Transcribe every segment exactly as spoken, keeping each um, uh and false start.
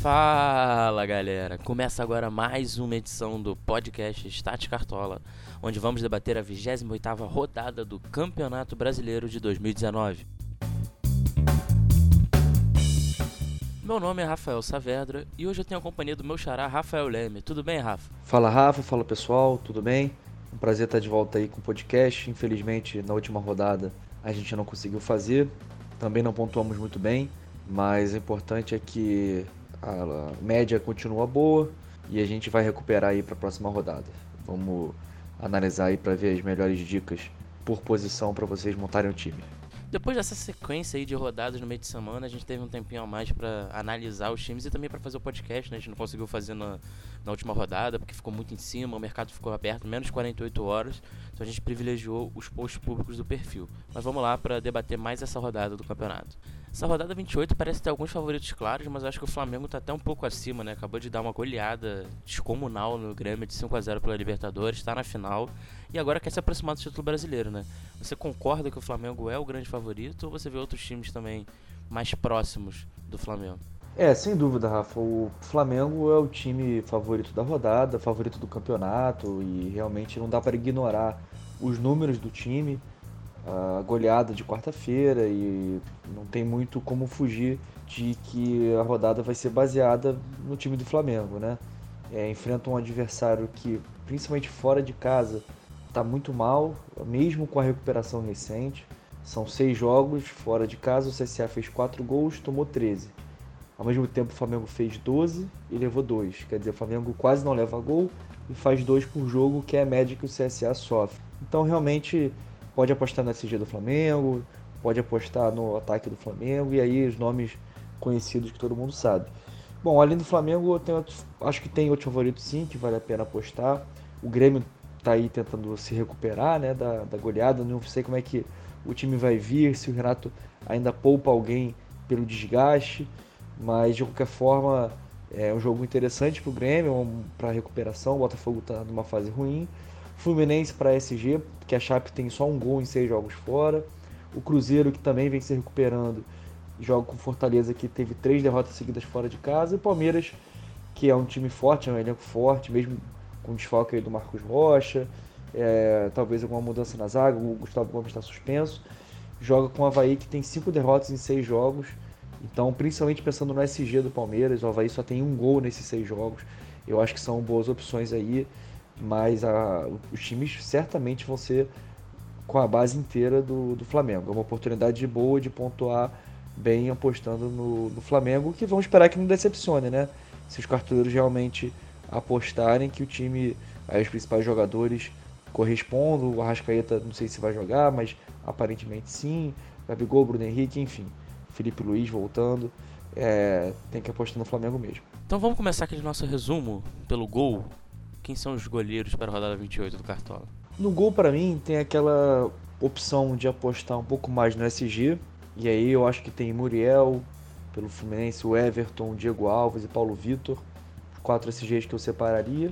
Fala galera, começa agora mais uma edição do podcast Stat Cartola, onde vamos debater a vigésima oitava rodada do Campeonato Brasileiro de dois mil e dezenove. Meu nome é Rafael Saavedra e hoje eu tenho a companhia do meu xará Rafael Leme. Tudo bem, Rafa? Fala Rafa, fala pessoal, tudo bem? Um prazer estar de volta aí com o podcast. Infelizmente, na última rodada a gente não conseguiu fazer, também não pontuamos muito bem, mas o importante é que a média continua boa e a gente vai recuperar aí para a próxima rodada. Vamos analisar aí para ver as melhores dicas por posição para vocês montarem o time. Depois dessa sequência aí de rodadas no meio de semana, a gente teve um tempinho a mais para analisar os times e também para fazer o podcast, né? A gente não conseguiu fazer na, na última rodada porque ficou muito em cima, o mercado ficou aberto menos de quarenta e oito horas, então a gente privilegiou os posts públicos do perfil. Mas vamos lá para debater mais essa rodada do campeonato. Essa rodada vinte e oito parece ter alguns favoritos claros, mas eu acho que o Flamengo está até um pouco acima, né? Acabou de dar uma goleada descomunal no Grêmio de cinco a zero pela Libertadores, está na final e agora quer se aproximar do título brasileiro, né? Você concorda que o Flamengo é o grande favorito ou você vê outros times também mais próximos do Flamengo? É, sem dúvida, Rafa, o Flamengo é o time favorito da rodada, favorito do campeonato e realmente não dá para ignorar os números do time, a goleada de quarta-feira e não tem muito como fugir de que a rodada vai ser baseada no time do Flamengo, né? É, enfrenta um adversário que, principalmente fora de casa, está muito mal, mesmo com a recuperação recente. São seis jogos fora de casa, o C S A fez quatro gols, tomou treze. Ao mesmo tempo o Flamengo fez doze e levou dois. Quer dizer, o Flamengo quase não leva gol e faz dois por jogo, que é a média que o C S A sofre. Então realmente pode apostar no S G do Flamengo, pode apostar no ataque do Flamengo e aí os nomes conhecidos que todo mundo sabe. Bom, além do Flamengo, eu tenho outro, acho que tem outro favorito sim, que vale a pena apostar. O Grêmio está aí tentando se recuperar, né, da, da goleada. Não sei como é que o time vai vir, se o Renato ainda poupa alguém pelo desgaste, mas de qualquer forma é um jogo interessante para o Grêmio, um, para a recuperação. O Botafogo está numa fase ruim. Fluminense para S G, que a Chape tem só um gol em seis jogos fora. O Cruzeiro, que também vem se recuperando, joga com Fortaleza, que teve três derrotas seguidas fora de casa. E o Palmeiras, que é um time forte, é um elenco forte, mesmo com o desfalque aí do Marcos Rocha, é, talvez alguma mudança na zaga, o Gustavo Gomes está suspenso. Joga com o Avaí, que tem cinco derrotas em seis jogos. Então, principalmente pensando no S G do Palmeiras, o Avaí só tem um gol nesses seis jogos. Eu acho que são boas opções aí, mas a, os times certamente vão ser com a base inteira do, do Flamengo. É uma oportunidade boa de pontuar bem apostando no, no Flamengo, que vamos esperar que não decepcione, né? Se os cartoleiros realmente apostarem que o time, aí os principais jogadores correspondam. O Arrascaeta não sei se vai jogar, mas aparentemente sim. Gabigol, Bruno Henrique, enfim. Felipe Luiz voltando. É, tem que apostar no Flamengo mesmo. Então vamos começar aquele nosso resumo pelo gol. Quem são os goleiros para a rodada vinte e oito do Cartola? No gol, para mim, tem aquela opção de apostar um pouco mais no S G. E aí eu acho que tem Muriel pelo Fluminense, o Everton, Diego Alves e Paulo Vitor. Quatro S Gs que eu separaria.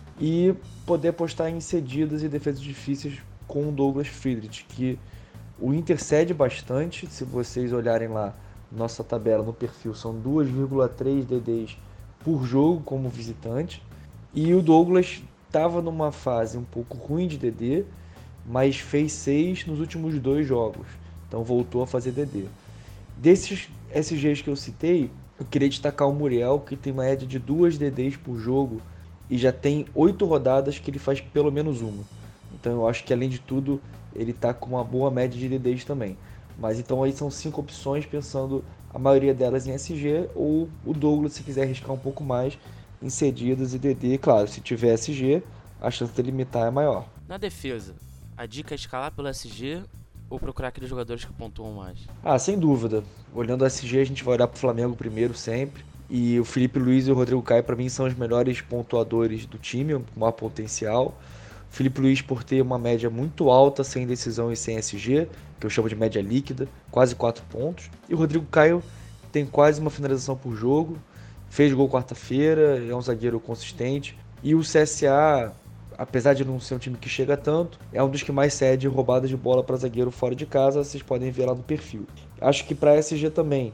E poder apostar em cedidas e defesas difíceis com o Douglas Friedrich, que o Inter cede bastante. Se vocês olharem lá nossa tabela no perfil, são dois vírgula três D Ds por jogo como visitante. E o Douglas estava numa fase um pouco ruim de D D, mas fez seis nos últimos dois jogos. Então voltou a fazer D D. Desses S Gs que eu citei, eu queria destacar o Muriel, que tem uma média de duas D Ds por jogo e já tem oito rodadas que ele faz pelo menos uma. Então eu acho que, além de tudo, ele está com uma boa média de D Ds também. Mas então aí são cinco opções, pensando a maioria delas em S G, ou o Douglas, se quiser arriscar um pouco mais, em cedidas e D D. Claro, se tiver S G, a chance de limitar é maior. Na defesa, a dica é escalar pelo S G ou procurar aqueles jogadores que pontuam mais? Ah, sem dúvida. Olhando o S G, a gente vai olhar para o Flamengo primeiro sempre. E o Felipe Luiz e o Rodrigo Caio, para mim, são os melhores pontuadores do time, com maior potencial. O Felipe Luiz, por ter uma média muito alta, sem decisão e sem S G, que eu chamo de média líquida, quase quatro pontos. E o Rodrigo Caio tem quase uma finalização por jogo, fez gol quarta-feira, é um zagueiro consistente. E o C S A, apesar de não ser um time que chega tanto, é um dos que mais cede roubadas de bola para zagueiro fora de casa. Vocês podem ver lá no perfil. Acho que para S G também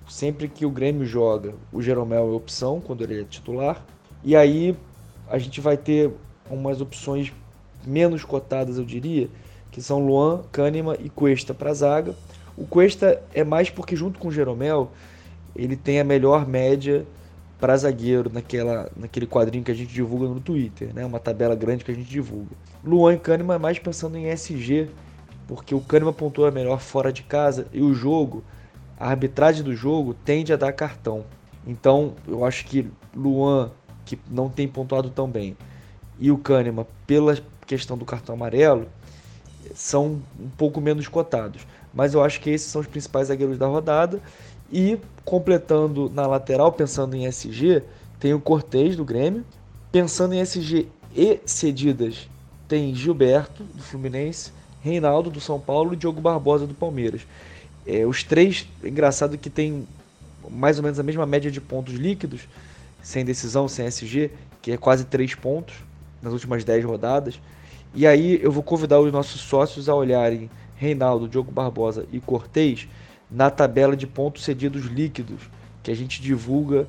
sempre que o Grêmio joga, o Jeromel é opção quando ele é titular. E aí a gente vai ter umas opções menos cotadas, eu diria, que são Luan, Kahneman e Cuesta para a zaga. O Cuesta é mais porque junto com o Jeromel ele tem a melhor média para zagueiro naquela, naquele quadrinho que a gente divulga no Twitter, né? Uma tabela grande que a gente divulga. Luan e Kahneman é mais pensando em S G, porque o Kahneman pontua melhor fora de casa e o jogo, a arbitragem do jogo tende a dar cartão. Então eu acho que Luan, que não tem pontuado tão bem, e o Kahneman, pela questão do cartão amarelo, são um pouco menos cotados. Mas eu acho que esses são os principais zagueiros da rodada. E completando na lateral, pensando em S G, tem o Cortez do Grêmio. Pensando em S G e cedidas, tem Gilberto do Fluminense, Reinaldo do São Paulo e Diogo Barbosa do Palmeiras. É, os três, é engraçado que tem mais ou menos a mesma média de pontos líquidos, sem decisão, sem S G, que é quase três pontos nas últimas dez rodadas. E aí eu vou convidar os nossos sócios a olharem Reinaldo, Diogo Barbosa e Cortez na tabela de pontos cedidos líquidos que a gente divulga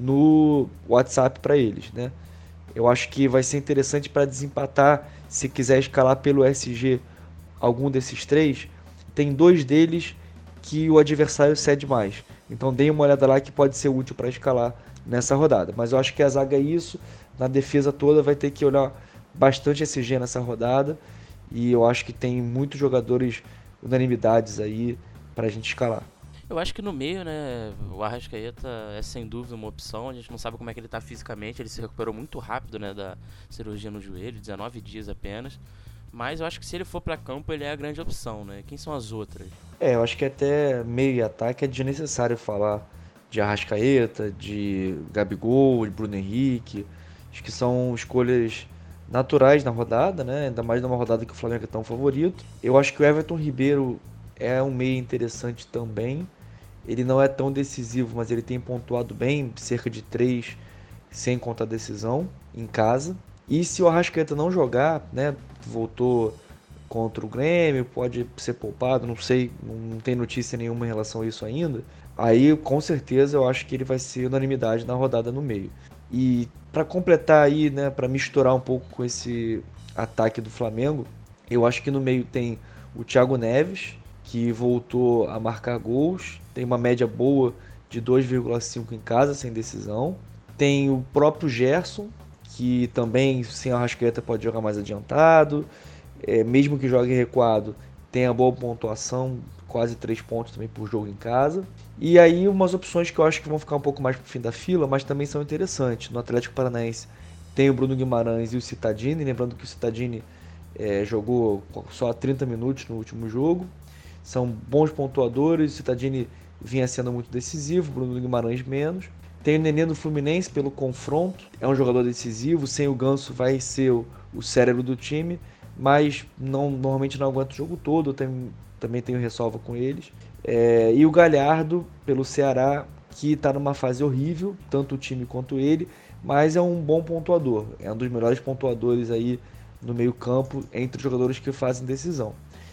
no WhatsApp para eles, né? Eu acho que vai ser interessante para desempatar, se quiser escalar pelo S G algum desses três, tem dois deles que o adversário cede mais. Então deem uma olhada lá que pode ser útil para escalar nessa rodada. Mas eu acho que a zaga é isso, na defesa toda vai ter que olhar bastante S G nessa rodada, e eu acho que tem muitos jogadores unanimidades aí pra gente escalar. Eu acho que no meio, né, o Arrascaeta é sem dúvida uma opção. A gente não sabe como é que ele tá fisicamente, ele se recuperou muito rápido, né, da cirurgia no joelho, dezenove dias apenas. Mas eu acho que se ele for pra campo, ele é a grande opção, né? Quem são as outras? É, eu acho que até meio e ataque é desnecessário falar de Arrascaeta, de Gabigol, de Bruno Henrique. Acho que são escolhas naturais na rodada, né? Ainda mais numa rodada que o Flamengo é tão favorito. Eu acho que o Everton Ribeiro é um meio interessante também. Ele não é tão decisivo, mas ele tem pontuado bem, cerca de três, sem contar decisão, em casa. E se o Arrascaeta não jogar, né? Voltou contra o Grêmio, pode ser poupado, não sei, não tem notícia nenhuma em relação a isso ainda. Aí, com certeza, eu acho que ele vai ser unanimidade na rodada no meio. E para completar aí, né, para misturar um pouco com esse ataque do Flamengo, eu acho que no meio tem o Thiago Neves, que voltou a marcar gols, tem uma média boa de dois vírgula cinco em casa, sem decisão. Tem o próprio Gerson, que também, sem a Arrascaeta, pode jogar mais adiantado. É, mesmo que jogue recuado, tem a boa pontuação, quase três pontos também por jogo em casa. E aí umas opções que eu acho que vão ficar um pouco mais pro fim da fila, mas também são interessantes. No Atlético Paranaense tem o Bruno Guimarães e o Cittadini, lembrando que o Cittadini é, jogou só trinta minutos no último jogo. São bons pontuadores, o Cittadini vinha sendo muito decisivo, o Bruno Guimarães menos. Tem o Nenê do Fluminense pelo confronto, é um jogador decisivo, sem o Ganso vai ser o, o cérebro do time, mas não, normalmente não aguenta o jogo todo, eu tenho, também tenho ressalva com eles. É, e o Galhardo, pelo Ceará, que está numa fase horrível, tanto o time quanto ele, mas é um bom pontuador, é um dos melhores pontuadores aí no meio campo, entre os jogadores que fazem decisão.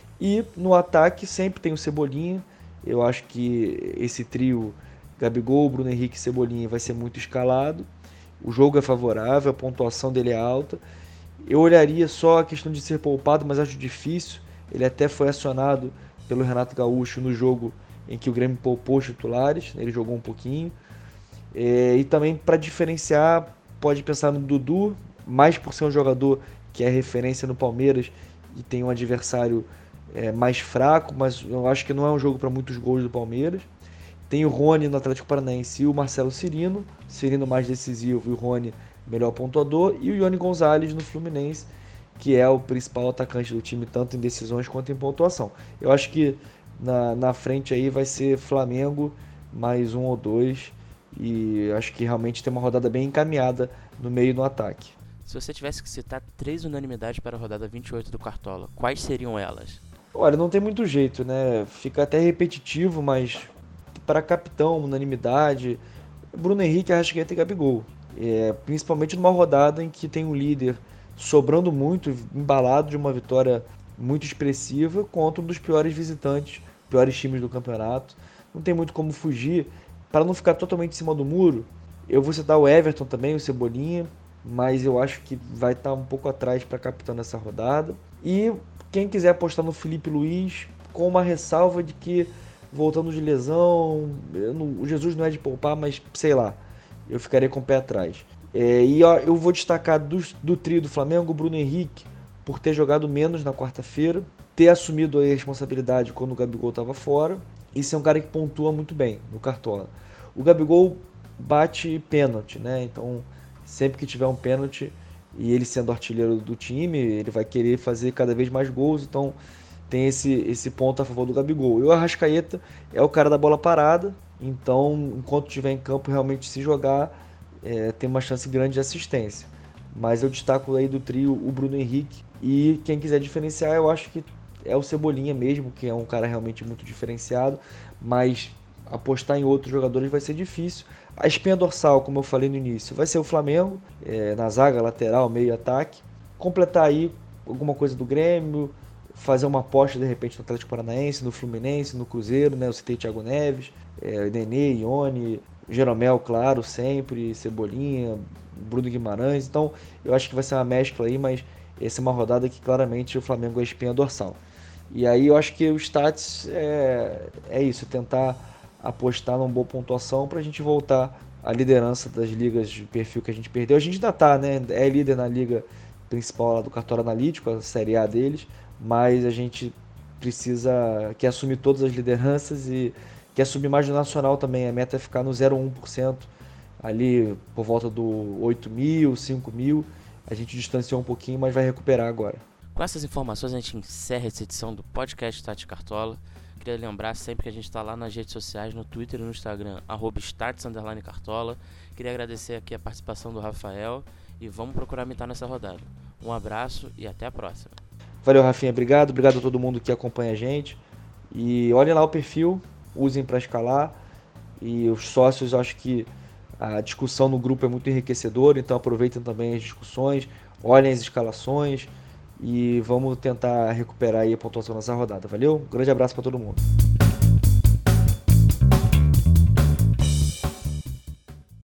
E no ataque sempre tem o Cebolinha, eu acho que esse trio Gabigol, Bruno Henrique e Cebolinha vai ser muito escalado, o jogo é favorável, a pontuação dele é alta. Eu olharia só a questão de ser poupado, mas acho difícil. Ele até foi acionado pelo Renato Gaúcho no jogo em que o Grêmio poupou os titulares, ele jogou um pouquinho. É, e também para diferenciar, pode pensar no Dudu, mais por ser um jogador que é referência no Palmeiras e tem um adversário é, mais fraco, mas eu acho que não é um jogo para muitos gols do Palmeiras. Tem o Rony no Atlético Paranaense e o Marcelo Cirino, Cirino mais decisivo e o Rony melhor pontuador, e o Ione Gonzalez no Fluminense, que é o principal atacante do time, tanto em decisões quanto em pontuação. Eu acho que na, na frente aí vai ser Flamengo mais um ou dois, e acho que realmente tem uma rodada bem encaminhada no meio e no ataque. Se você tivesse que citar três unanimidades para a rodada vinte e oito do Cartola, quais seriam elas? Olha, não tem muito jeito, né? Fica até repetitivo, mas para capitão, unanimidade, Bruno Henrique, Arrascaeta e Gabigol. É, principalmente numa rodada em que tem um líder sobrando muito, embalado de uma vitória muito expressiva contra um dos piores visitantes, piores times do campeonato. Não tem muito como fugir. para não ficar totalmente em cima do muro, eu vou citar o Everton também, o Cebolinha, mas eu acho que vai estar um pouco atrás para capitão nessa rodada. E quem quiser apostar no Felipe Luiz, com uma ressalva de que, voltando de lesão, não, o Jesus não é de poupar, mas sei lá, eu ficarei com o pé atrás. É, e ó, eu vou destacar do, do trio do Flamengo, o Bruno Henrique, por ter jogado menos na quarta-feira, ter assumido a responsabilidade quando o Gabigol estava fora, e ser um cara que pontua muito bem no Cartola. O Gabigol bate pênalti, né? Então, sempre que tiver um pênalti, e ele sendo artilheiro do time, ele vai querer fazer cada vez mais gols, então tem esse, esse ponto a favor do Gabigol. E o Arrascaeta é o cara da bola parada, então, enquanto estiver em campo, realmente se jogar, é, tem uma chance grande de assistência. Mas eu destaco aí do trio o Bruno Henrique, e quem quiser diferenciar, eu acho que é o Cebolinha mesmo, que é um cara realmente muito diferenciado, mas apostar em outros jogadores vai ser difícil. A espinha dorsal, como eu falei no início, vai ser o Flamengo, é, na zaga, lateral, meio e ataque. Completar aí alguma coisa do Grêmio, fazer uma aposta de repente no Atlético Paranaense, no Fluminense, no Cruzeiro, né? Eu citei Thiago Neves, é, Nenê, Ione, Jeromel, claro, sempre, Cebolinha, Bruno Guimarães. Então eu acho que vai ser uma mescla aí, mas essa é uma rodada que claramente o Flamengo é a espinha dorsal. E aí eu acho que o Stats é, é isso, tentar apostar numa boa pontuação para a gente voltar à liderança das ligas de perfil que a gente perdeu. A gente ainda tá, né? É líder na liga principal lá do Cartório Analítico, a Série A deles, mas a gente precisa quer assumir todas as lideranças e quer assumir mais no nacional também. A meta é ficar no zero vírgula um por cento, ali por volta do oito mil, cinco mil. A gente distanciou um pouquinho, mas vai recuperar agora. Com essas informações a gente encerra essa edição do podcast Stats Cartola. Queria lembrar sempre que a gente está lá nas redes sociais, no Twitter e no Instagram, arroba Stats underline Cartola. Queria agradecer aqui a participação do Rafael e vamos procurar mitar nessa rodada. Um abraço e até a próxima. Valeu, Rafinha, obrigado. Obrigado a todo mundo que acompanha a gente. E olhem lá o perfil, usem para escalar. E os sócios, eu acho que a discussão no grupo é muito enriquecedora, então aproveitem também as discussões, olhem as escalações e vamos tentar recuperar aí a pontuação nessa rodada. Valeu? Um grande abraço para todo mundo.